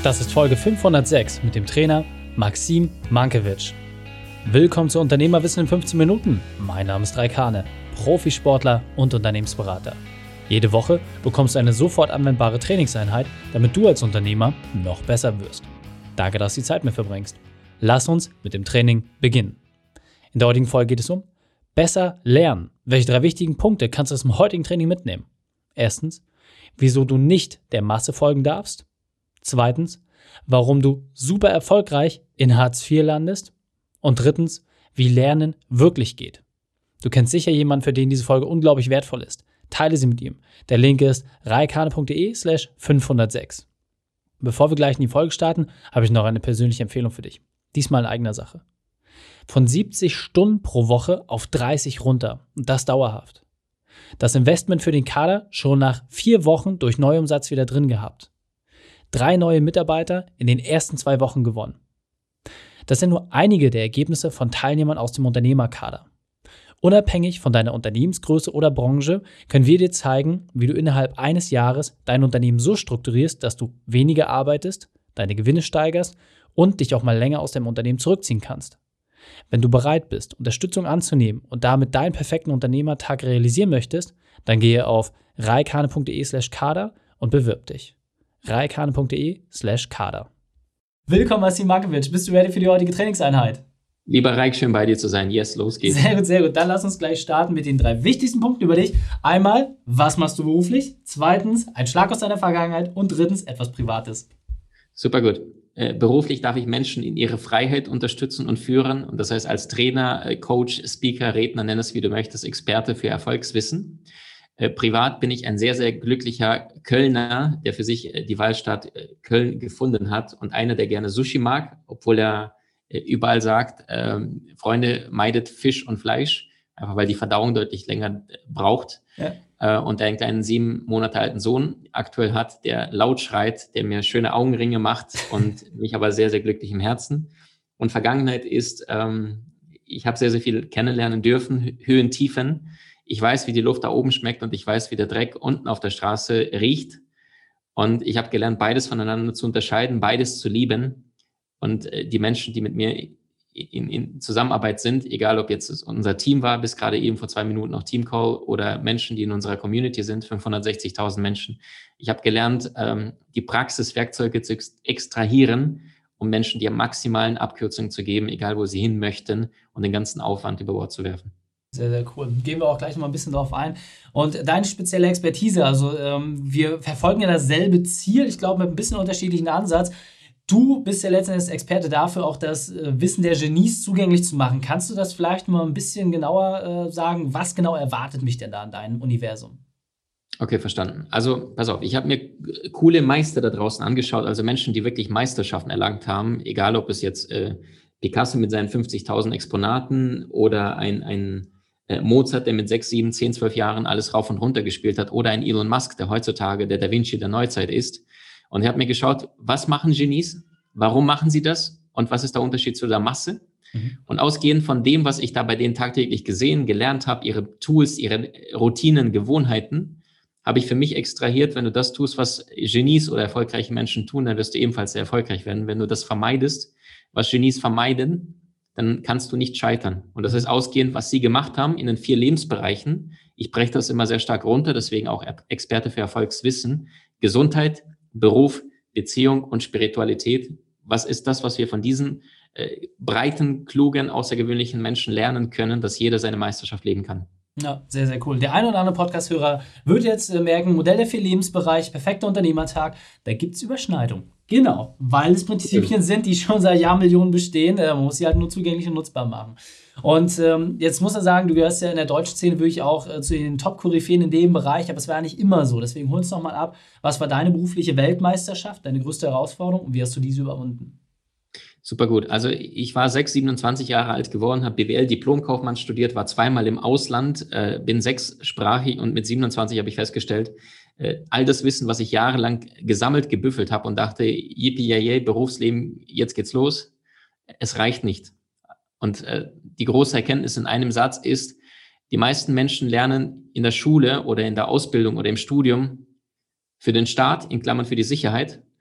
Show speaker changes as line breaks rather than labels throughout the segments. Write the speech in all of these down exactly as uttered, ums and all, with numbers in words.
Das ist Folge fünfhundertsechs mit dem Trainer Maxim Mankiewicz. Willkommen zu Unternehmerwissen in fünfzehn Minuten. Mein Name ist Raik Hane, Profisportler und Unternehmensberater. Jede Woche bekommst du eine sofort anwendbare Trainingseinheit, damit du als Unternehmer noch besser wirst. Danke, dass du die Zeit mit verbringst. Lass uns mit dem Training beginnen. In der heutigen Folge geht es um besser lernen. Welche drei wichtigen Punkte kannst du aus dem heutigen Training mitnehmen? Erstens, wieso du nicht der Masse folgen darfst. Zweitens, warum du super erfolgreich in Hartz vier landest. Und drittens, wie Lernen wirklich geht. Du kennst sicher jemanden, für den diese Folge unglaublich wertvoll ist. Teile sie mit ihm. Der Link ist raikane.de slash fünfhundertsechs. Bevor wir gleich in die Folge starten, habe ich noch eine persönliche Empfehlung für dich. Diesmal in eigener Sache. Von siebzig Stunden pro Woche auf dreißig runter. Und das dauerhaft. Das Investment für den Kader schon nach vier Wochen durch Neuumsatz wieder drin gehabt. Drei neue Mitarbeiter in den ersten zwei Wochen gewonnen. Das sind nur einige der Ergebnisse von Teilnehmern aus dem Unternehmerkader. Unabhängig von deiner Unternehmensgröße oder Branche können wir dir zeigen, wie du innerhalb eines Jahres dein Unternehmen so strukturierst, dass du weniger arbeitest, deine Gewinne steigerst und dich auch mal länger aus deinem Unternehmen zurückziehen kannst. Wenn du bereit bist, Unterstützung anzunehmen und damit deinen perfekten Unternehmertag realisieren möchtest, dann gehe auf raikane.de slash kader und bewirb dich. raikane.de slash kader. Willkommen, Maxim Mankiewicz. Bist du ready für die heutige Trainingseinheit?
Lieber Raik, schön bei dir zu sein. Yes, los geht's.
Sehr gut, sehr gut. Dann lass uns gleich starten mit den drei wichtigsten Punkten über dich. Einmal, was machst du beruflich? Zweitens, ein Schlag aus deiner Vergangenheit. Und drittens, etwas Privates.
Super gut. Äh, beruflich darf ich Menschen in ihre Freiheit unterstützen und führen. Und das heißt, als Trainer, äh, Coach, Speaker, Redner, nenn es wie du möchtest, Experte für Erfolgswissen. Äh, privat bin ich ein sehr, sehr glücklicher Kölner, der für sich äh, die Wahlstadt äh, Köln gefunden hat und einer, der gerne Sushi mag, obwohl er äh, überall sagt, ähm, Freunde, meidet Fisch und Fleisch, einfach weil die Verdauung deutlich länger äh, braucht. Ja. Äh, und der einen kleinen sieben Monate alten Sohn aktuell hat, der laut schreit, der mir schöne Augenringe macht und mich aber sehr, sehr glücklich im Herzen. Und Vergangenheit ist, ähm, ich habe sehr, sehr viel kennenlernen dürfen, Höhen, Tiefen. Ich weiß, wie die Luft da oben schmeckt und ich weiß, wie der Dreck unten auf der Straße riecht. Und ich habe gelernt, beides voneinander zu unterscheiden, beides zu lieben. Und äh, die Menschen, die mit mir in, in Zusammenarbeit sind, egal ob jetzt unser Team war, bis gerade eben vor zwei Minuten noch Teamcall oder Menschen, die in unserer Community sind, fünfhundertsechzigtausend Menschen. Ich habe gelernt, ähm, die Praxiswerkzeuge zu extrahieren, um Menschen die maximalen Abkürzungen zu geben, egal wo sie hin möchten und den ganzen Aufwand über Bord zu werfen.
Sehr, sehr cool. Gehen wir auch gleich noch mal ein bisschen drauf ein. Und deine spezielle Expertise, also ähm, wir verfolgen ja dasselbe Ziel, ich glaube mit ein bisschen unterschiedlichen Ansatz. Du bist ja letztendlich Experte dafür, auch das äh, Wissen der Genies zugänglich zu machen. Kannst du das vielleicht mal ein bisschen genauer äh, sagen? Was genau erwartet mich denn da in deinem Universum?
Okay, verstanden. Also, pass auf, ich habe mir coole Meister da draußen angeschaut, also Menschen, die wirklich Meisterschaften erlangt haben, egal ob es jetzt äh, Picasso mit seinen fünfzigtausend Exponaten oder ein, ein äh, Mozart, der mit sechs, sieben, zehn, zwölf Jahren alles rauf und runter gespielt hat, oder ein Elon Musk, der heutzutage der Da Vinci der Neuzeit ist. Und ich habe mir geschaut, was machen Genies, warum machen sie das und was ist der Unterschied zu der Masse? Mhm. Und ausgehend von dem, was ich da bei denen tagtäglich gesehen, gelernt habe, ihre Tools, ihre Routinen, Gewohnheiten, habe ich für mich extrahiert, wenn du das tust, was Genies oder erfolgreiche Menschen tun, dann wirst du ebenfalls sehr erfolgreich werden. Wenn du das vermeidest, was Genies vermeiden, dann kannst du nicht scheitern. Und das ist ausgehend, was sie gemacht haben in den vier Lebensbereichen. Ich breche das immer sehr stark runter, deswegen auch Experte für Erfolgswissen. Gesundheit, Beruf, Beziehung und Spiritualität. Was ist das, was wir von diesen äh, breiten, klugen, außergewöhnlichen Menschen lernen können, dass jeder seine Meisterschaft leben kann?
Ja, sehr, sehr cool. Der ein oder andere Podcast-Hörer wird jetzt äh, merken, Modell der vier Lebensbereiche, perfekter Unternehmertag, da gibt es Überschneidung. Genau, weil es Prinzipien sind, die schon seit Jahrmillionen bestehen. Äh, man muss sie halt nur zugänglich und nutzbar machen. Und ähm, jetzt muss er sagen, du gehörst ja in der deutschen Szene wirklich auch äh, zu den Top-Koryphäen in dem Bereich, aber es war ja nicht immer so. Deswegen hol uns doch mal ab, was war deine berufliche Weltmeisterschaft, deine größte Herausforderung und wie hast du diese überwunden?
Super gut. Also ich war sechs, siebenundzwanzig Jahre alt geworden, habe B W L, Diplomkaufmann studiert, war zweimal im Ausland, äh, bin sechssprachig und mit siebenundzwanzig habe ich festgestellt, äh, all das Wissen, was ich jahrelang gesammelt, gebüffelt habe und dachte, yippie yay, Berufsleben, jetzt geht's los, es reicht nicht. Und äh, die große Erkenntnis in einem Satz ist, die meisten Menschen lernen in der Schule oder in der Ausbildung oder im Studium für den Staat, in Klammern für die Sicherheit,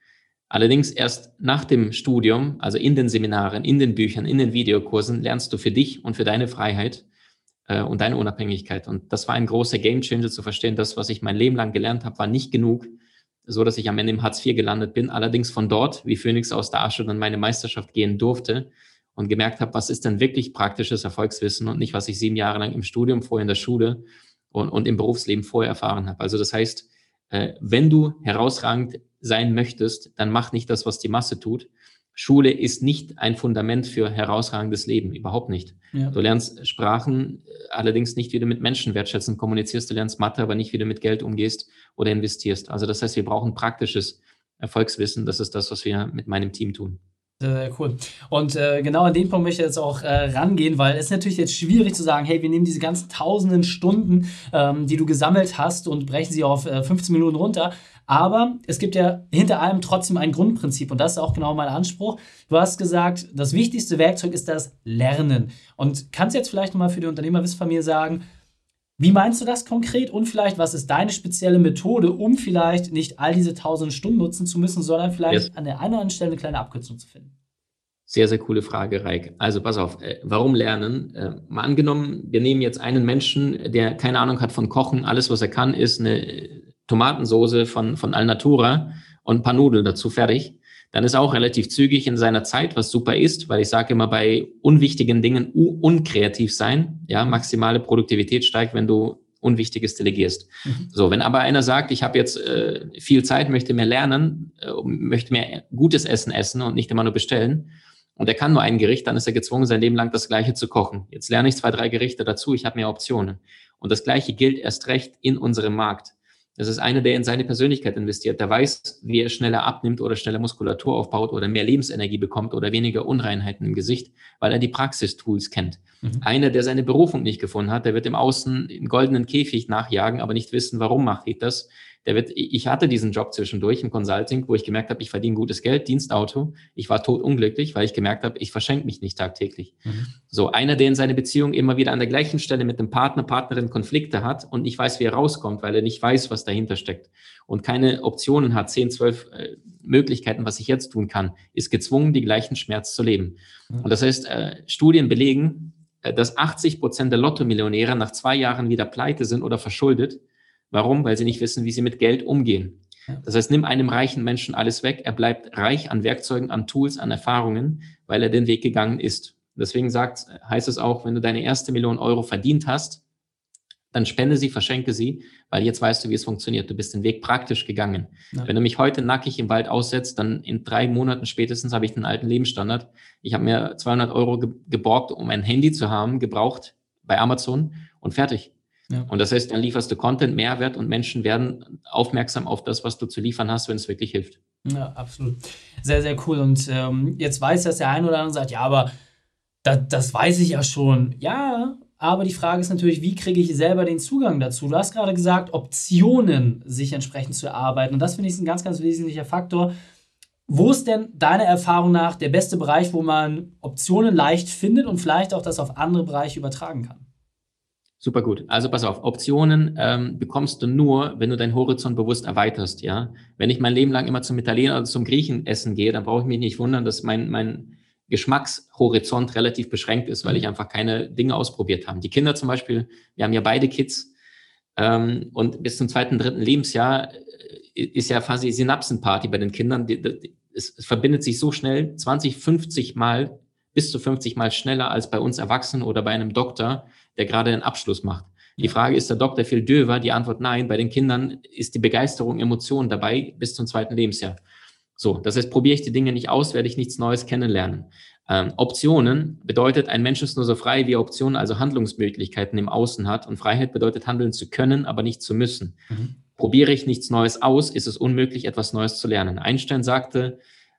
Allerdings erst nach dem Studium, also in den Seminaren, in den Büchern, in den Videokursen, lernst du für dich und für deine Freiheit äh, und deine Unabhängigkeit. Und das war ein großer Gamechanger, zu verstehen, das, was ich mein Leben lang gelernt habe, war nicht genug, so dass ich am Ende im Hartz vier gelandet bin. Allerdings von dort, wie Phönix aus der Asche, dann meine Meisterschaft gehen durfte und gemerkt habe, was ist denn wirklich praktisches Erfolgswissen und nicht, was ich sieben Jahre lang im Studium, vorher in der Schule und, und im Berufsleben vorher erfahren habe. Also das heißt, äh, wenn du herausragend sein möchtest, dann mach nicht das, was die Masse tut. Schule ist nicht ein Fundament für herausragendes Leben, überhaupt nicht. Ja. Du lernst Sprachen, allerdings nicht, wie du mit Menschen wertschätzen kommunizierst. Du lernst Mathe, aber nicht, wie du mit Geld umgehst oder investierst. Also das heißt, wir brauchen praktisches Erfolgswissen. Das ist das, was wir mit meinem Team tun.
Sehr, sehr cool. Und äh, genau an den Punkt möchte ich jetzt auch äh, rangehen, weil es ist natürlich jetzt schwierig zu sagen, hey, wir nehmen diese ganzen tausenden Stunden, ähm, die du gesammelt hast und brechen sie auf äh, fünfzehn Minuten runter. Aber es gibt ja hinter allem trotzdem ein Grundprinzip und das ist auch genau mein Anspruch. Du hast gesagt, das wichtigste Werkzeug ist das Lernen. Und kannst du jetzt vielleicht nochmal für die Unternehmerwissfamilie sagen, wie meinst du das konkret und vielleicht, was ist deine spezielle Methode, um vielleicht nicht all diese tausend Stunden nutzen zu müssen, sondern vielleicht yes. an der einen oder anderen Stelle eine kleine Abkürzung zu finden?
Sehr, sehr coole Frage, Raik. Also pass auf, äh, warum lernen? Äh, mal angenommen, wir nehmen jetzt einen Menschen, der keine Ahnung hat von Kochen, alles, was er kann, ist eine Tomatensoße von, von Alnatura und ein paar Nudeln dazu, fertig. Dann ist er auch relativ zügig in seiner Zeit, was super ist, weil ich sage immer, bei unwichtigen Dingen un- unkreativ sein, ja, maximale Produktivität steigt, wenn du Unwichtiges delegierst. Mhm. So, wenn aber einer sagt, ich habe jetzt äh, viel Zeit, möchte mehr lernen, äh, möchte mehr gutes Essen essen und nicht immer nur bestellen, und er kann nur ein Gericht, dann ist er gezwungen, sein Leben lang das Gleiche zu kochen. Jetzt lerne ich zwei, drei Gerichte dazu, ich habe mehr Optionen. Und das Gleiche gilt erst recht in unserem Markt. Das ist einer, der in seine Persönlichkeit investiert, der weiß, wie er schneller abnimmt oder schneller Muskulatur aufbaut oder mehr Lebensenergie bekommt oder weniger Unreinheiten im Gesicht, weil er die Praxistools kennt. Mhm. Einer, der seine Berufung nicht gefunden hat, der wird im Außen im goldenen Käfig nachjagen, aber nicht wissen, warum mache ich das. Der wird, ich hatte diesen Job zwischendurch im Consulting, wo ich gemerkt habe, ich verdiene gutes Geld, Dienstauto. Ich war totunglücklich, weil ich gemerkt habe, ich verschenke mich nicht tagtäglich. Mhm. So, einer, der in seine Beziehung immer wieder an der gleichen Stelle mit dem Partner, Partnerin Konflikte hat und nicht weiß, wie er rauskommt, weil er nicht weiß, was dahinter steckt und keine Optionen hat, zehn, zwölf äh, Möglichkeiten, was ich jetzt tun kann, ist gezwungen, die gleichen Schmerz zu leben. Mhm. Und das heißt, äh, Studien belegen, äh, dass achtzig Prozent der Lotto-Millionäre nach zwei Jahren wieder pleite sind oder verschuldet. Warum? Weil sie nicht wissen, wie sie mit Geld umgehen. Ja. Das heißt, nimm einem reichen Menschen alles weg. Er bleibt reich an Werkzeugen, an Tools, an Erfahrungen, weil er den Weg gegangen ist. Deswegen sagt, heißt es auch, wenn du deine erste Million Euro verdient hast, dann spende sie, verschenke sie, weil jetzt weißt du, wie es funktioniert. Du bist den Weg praktisch gegangen. Ja. Wenn du mich heute nackig im Wald aussetzt, dann in drei Monaten spätestens habe ich den alten Lebensstandard. Ich habe mir zweihundert Euro ge- geborgt, um ein Handy zu haben, gebraucht bei Amazon und fertig. Ja. Und das heißt, dann lieferst du Content, Mehrwert und Menschen werden aufmerksam auf das, was du zu liefern hast, wenn es wirklich hilft.
Ja, absolut. Sehr, sehr cool. Und ähm, jetzt weiß das der eine oder andere sagt, ja, aber das, das weiß ich ja schon. Ja, aber die Frage ist natürlich, wie kriege ich selber den Zugang dazu? Du hast gerade gesagt, Optionen sich entsprechend zu erarbeiten. Und das finde ich ein ganz, ganz wesentlicher Faktor. Wo ist denn deiner Erfahrung nach der beste Bereich, wo man Optionen leicht findet und vielleicht auch das auf andere Bereiche übertragen kann?
Super gut. Also pass auf, Optionen ähm, bekommst du nur, wenn du deinen Horizont bewusst erweiterst, ja. Wenn ich mein Leben lang immer zum Italiener oder zum Griechen essen gehe, dann brauche ich mich nicht wundern, dass mein, mein Geschmackshorizont relativ beschränkt ist, weil ich einfach keine Dinge ausprobiert habe. Die Kinder zum Beispiel, wir haben ja beide Kids ähm, und bis zum zweiten, dritten Lebensjahr ist ja quasi Synapsenparty bei den Kindern. Die, die, es, es verbindet sich so schnell, zwanzig, fünfzig Mal, bis zu fünfzig Mal schneller als bei uns Erwachsenen oder bei einem Doktor, der gerade einen Abschluss macht. Die Frage, ist der Doktor viel döver? Die Antwort nein. Bei den Kindern ist die Begeisterung, Emotion dabei bis zum zweiten Lebensjahr. So, das heißt, probiere ich die Dinge nicht aus, werde ich nichts Neues kennenlernen. Ähm, Optionen bedeutet, ein Mensch ist nur so frei, wie er Optionen, also Handlungsmöglichkeiten im Außen hat. Und Freiheit bedeutet, handeln zu können, aber nicht zu müssen. Mhm. Probiere ich nichts Neues aus, ist es unmöglich, etwas Neues zu lernen. Einstein sagte,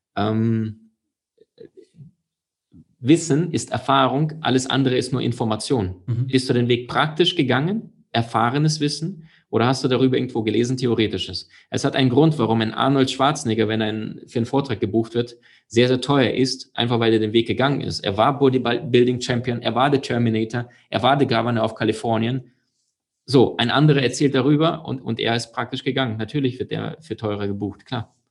ähm, Wissen ist Erfahrung, alles andere ist nur Information. Mhm. Bist du den Weg praktisch gegangen, erfahrenes Wissen, oder hast du darüber irgendwo gelesen, theoretisches? Es hat einen Grund, warum ein Arnold Schwarzenegger, wenn er ein, für einen Vortrag gebucht wird, sehr, sehr teuer ist, einfach weil er den Weg gegangen ist. Er war Bodybuilding Champion, er war der Terminator, er war der Governor of Kalifornien. So, ein anderer erzählt darüber und, und er ist praktisch gegangen. Natürlich wird er für teurer gebucht, klar.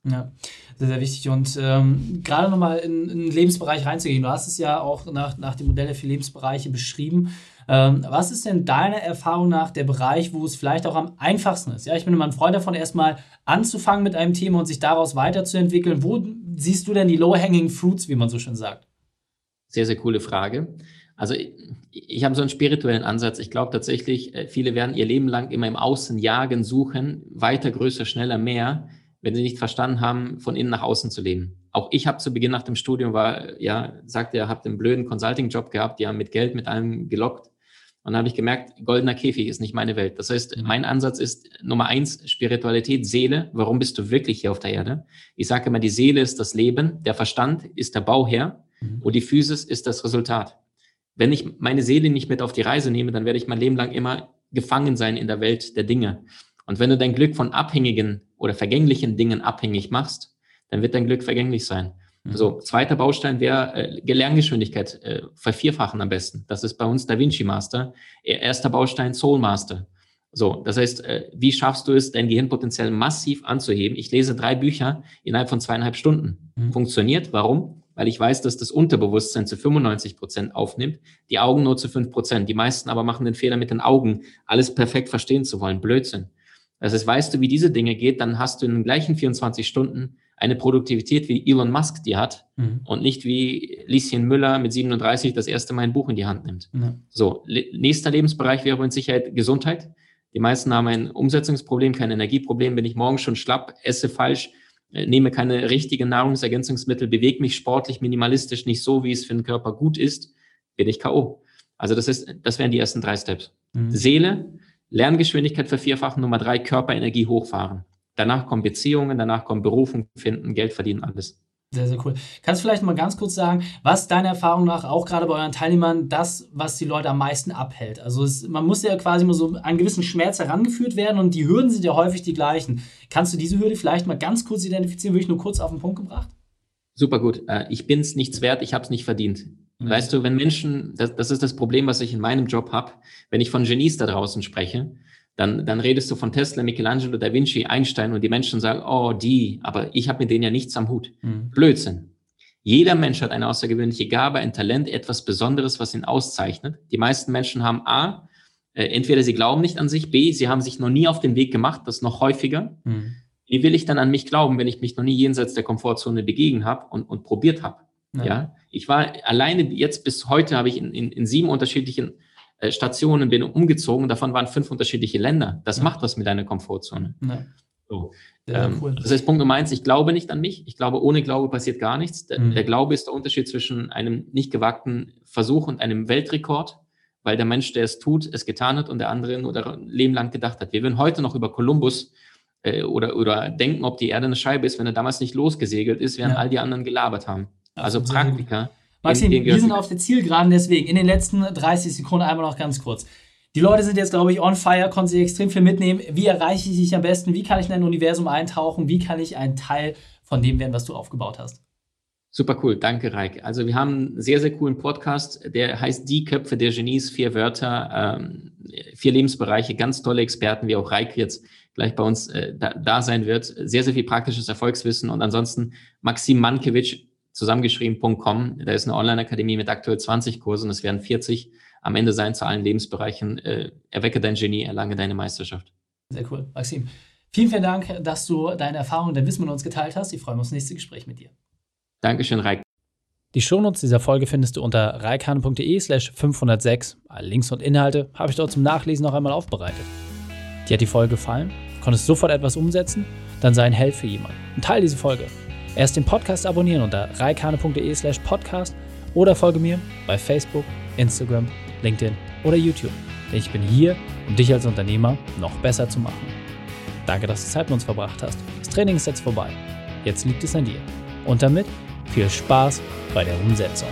Ja, sehr, sehr wichtig. Und ähm, gerade nochmal in, in den Lebensbereich reinzugehen. Du hast es ja auch nach, nach dem Modell der vier Lebensbereiche beschrieben. Ähm, was ist denn deiner Erfahrung nach der Bereich, wo es vielleicht auch am einfachsten ist? Ja, ich bin immer ein Freund davon, erstmal anzufangen mit einem Thema und sich daraus weiterzuentwickeln. Wo siehst du denn die low-hanging fruits, wie man so schön sagt?
Sehr, sehr coole Frage. Also ich, ich habe so einen spirituellen Ansatz. Ich glaube tatsächlich, äh, viele werden ihr Leben lang immer im Außen jagen, suchen, weiter, größer, schneller, mehr, wenn sie nicht verstanden haben, von innen nach außen zu leben. Auch ich habe zu Beginn nach dem Studium war, ja, sagte er, habt einen blöden Consulting-Job gehabt, die haben mit Geld, mit allem gelockt. Und dann habe ich gemerkt, goldener Käfig ist nicht meine Welt. Das heißt,
Mhm.
mein Ansatz ist Nummer eins, Spiritualität, Seele. Warum bist du wirklich hier auf der Erde? Ich sage immer, die Seele ist das Leben, der Verstand ist der Bauherr
Mhm.
und die Physis ist das Resultat. Wenn ich meine Seele nicht mit auf die Reise nehme, dann werde ich mein Leben lang immer gefangen sein in der Welt der Dinge. Und wenn du dein Glück von abhängigen oder vergänglichen Dingen abhängig machst, dann wird dein Glück vergänglich sein.
Mhm.
So, zweiter Baustein wäre äh, Lerngeschwindigkeit äh, vervierfachen am besten. Das ist bei uns Da Vinci Master. Erster Baustein Soul Master. So, das heißt, äh, wie schaffst du es, dein Gehirnpotenzial massiv anzuheben? Ich lese drei Bücher innerhalb von zweieinhalb Stunden.
Mhm.
Funktioniert. Warum? Weil ich weiß, dass das Unterbewusstsein zu fünfundneunzig Prozent aufnimmt, die Augen nur zu fünf Prozent. Die meisten aber machen den Fehler mit den Augen, alles perfekt verstehen zu wollen. Blödsinn. Das heißt, weißt du, wie diese Dinge geht, dann hast du in den gleichen vierundzwanzig Stunden eine Produktivität, wie Elon Musk die hat,
Mhm.
und nicht wie Lieschen Müller mit siebenunddreißig das erste Mal ein Buch in die Hand nimmt.
Ja.
So, le- nächster Lebensbereich wäre mit Sicherheit Gesundheit. Die meisten haben ein Umsetzungsproblem, kein Energieproblem. Bin ich morgens schon schlapp, esse falsch, äh, nehme keine richtigen Nahrungsergänzungsmittel, bewege mich sportlich, minimalistisch, nicht so, wie es für den Körper gut ist, bin ich K O. Also das ist, das wären die ersten drei Steps.
Mhm.
Seele, Lerngeschwindigkeit vervierfachen, Nummer drei, Körperenergie hochfahren. Danach kommen Beziehungen, danach kommen Berufung finden, Geld verdienen, alles.
Sehr, sehr cool. Kannst du vielleicht mal ganz kurz sagen, was deiner Erfahrung nach auch gerade bei euren Teilnehmern das, was die Leute am meisten abhält? Also es, man muss ja quasi mal so einen gewissen Schmerz herangeführt werden und die Hürden sind ja häufig die gleichen. Kannst du diese Hürde vielleicht mal ganz kurz identifizieren, wirklich nur kurz auf den Punkt gebracht?
Super gut. Äh, ich bin es nichts wert, ich habe es nicht verdient.
Mhm.
Weißt du, wenn Menschen, das, das ist das Problem, was ich in meinem Job habe, wenn ich von Genies da draußen spreche, dann, dann redest du von Tesla, Michelangelo, Da Vinci, Einstein und die Menschen sagen, oh, die, aber ich habe mit denen ja nichts am Hut.
Mhm.
Blödsinn. Jeder Mensch hat eine außergewöhnliche Gabe, ein Talent, etwas Besonderes, was ihn auszeichnet. Die meisten Menschen haben A, äh, entweder sie glauben nicht an sich, B, sie haben sich noch nie auf den Weg gemacht, das noch häufiger.
Mhm.
Wie will ich dann an mich glauben, wenn ich mich noch nie jenseits der Komfortzone begegnet habe und, und probiert habe?
Ja.
Ja, ich war alleine jetzt bis heute habe ich in, in, in sieben unterschiedlichen äh, Stationen bin umgezogen. Davon waren fünf unterschiedliche Länder. Das
Ja.
macht was mit deiner Komfortzone.
Ja.
So.
Sehr, sehr
Ähm,
cool.
Das heißt, Punkt Nummer eins, ich glaube nicht an mich. Ich glaube, ohne Glaube passiert gar nichts. Der,
Mhm.
der Glaube ist der Unterschied zwischen einem nicht gewagten Versuch und einem Weltrekord, weil der Mensch, der es tut, es getan hat und der andere nur ein Leben lang gedacht hat. Wir würden heute noch über Kolumbus äh, oder, oder denken, ob die Erde eine Scheibe ist, wenn er damals nicht losgesegelt ist, während
Ja.
all die anderen gelabert haben. Also
Absolut, sehr, sehr gut.
Praktiker.
Maxim,
denen
wir
gehört
sind
die-
auf der Zielgeraden, deswegen in den letzten dreißig Sekunden einmal noch ganz kurz. Die Leute sind jetzt, glaube ich, on fire, konnten sich extrem viel mitnehmen. Wie erreiche ich dich am besten? Wie kann ich in dein Universum eintauchen? Wie kann ich ein Teil von dem werden, was du aufgebaut hast?
Super cool, danke Raik. Also wir haben einen sehr, sehr coolen Podcast, der heißt Die Köpfe der Genies, vier Wörter, ähm, vier Lebensbereiche, ganz tolle Experten, wie auch Raik jetzt gleich bei uns äh, da, da sein wird. Sehr, sehr viel praktisches Erfolgswissen und ansonsten Maxim Mankiewicz, zusammengeschrieben Punkt com. Da ist eine Online-Akademie mit aktuell zwanzig Kursen, es werden vierzig am Ende sein zu allen Lebensbereichen. Äh, erwecke dein Genie, erlange deine Meisterschaft.
Sehr cool. Maxim, vielen, vielen Dank, dass du deine Erfahrungen, dein Wissen mit uns geteilt hast. Ich freue mich aufs nächste Gespräch mit dir.
Dankeschön, Raik.
Die Shownotes dieser Folge findest du unter reikane.de slash fünfhundertsechs. Alle Links und Inhalte habe ich dort zum Nachlesen noch einmal aufbereitet. Dir hat die Folge gefallen? Konntest sofort etwas umsetzen? Dann sei ein Held für jemanden und teile diese Folge. Erst den Podcast abonnieren unter reikane.de slash podcast oder folge mir bei Facebook, Instagram, LinkedIn oder YouTube. Denn ich bin hier, um dich als Unternehmer noch besser zu machen. Danke, dass du Zeit mit uns verbracht hast. Das Training ist jetzt vorbei. Jetzt liegt es an dir. Und damit viel Spaß bei der Umsetzung.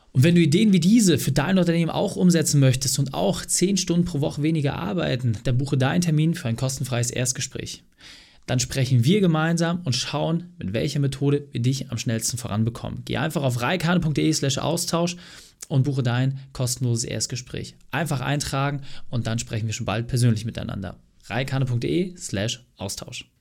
Und wenn du Ideen wie diese für dein Unternehmen auch umsetzen möchtest und auch zehn Stunden pro Woche weniger arbeiten, dann buche deinen Termin für ein kostenfreies Erstgespräch. Dann sprechen wir gemeinsam und schauen, mit welcher Methode wir dich am schnellsten voranbekommen. Geh einfach auf reikane.de slash Austausch und buche dein kostenloses Erstgespräch. Einfach eintragen und dann sprechen wir schon bald persönlich miteinander. reikane.de slash Austausch.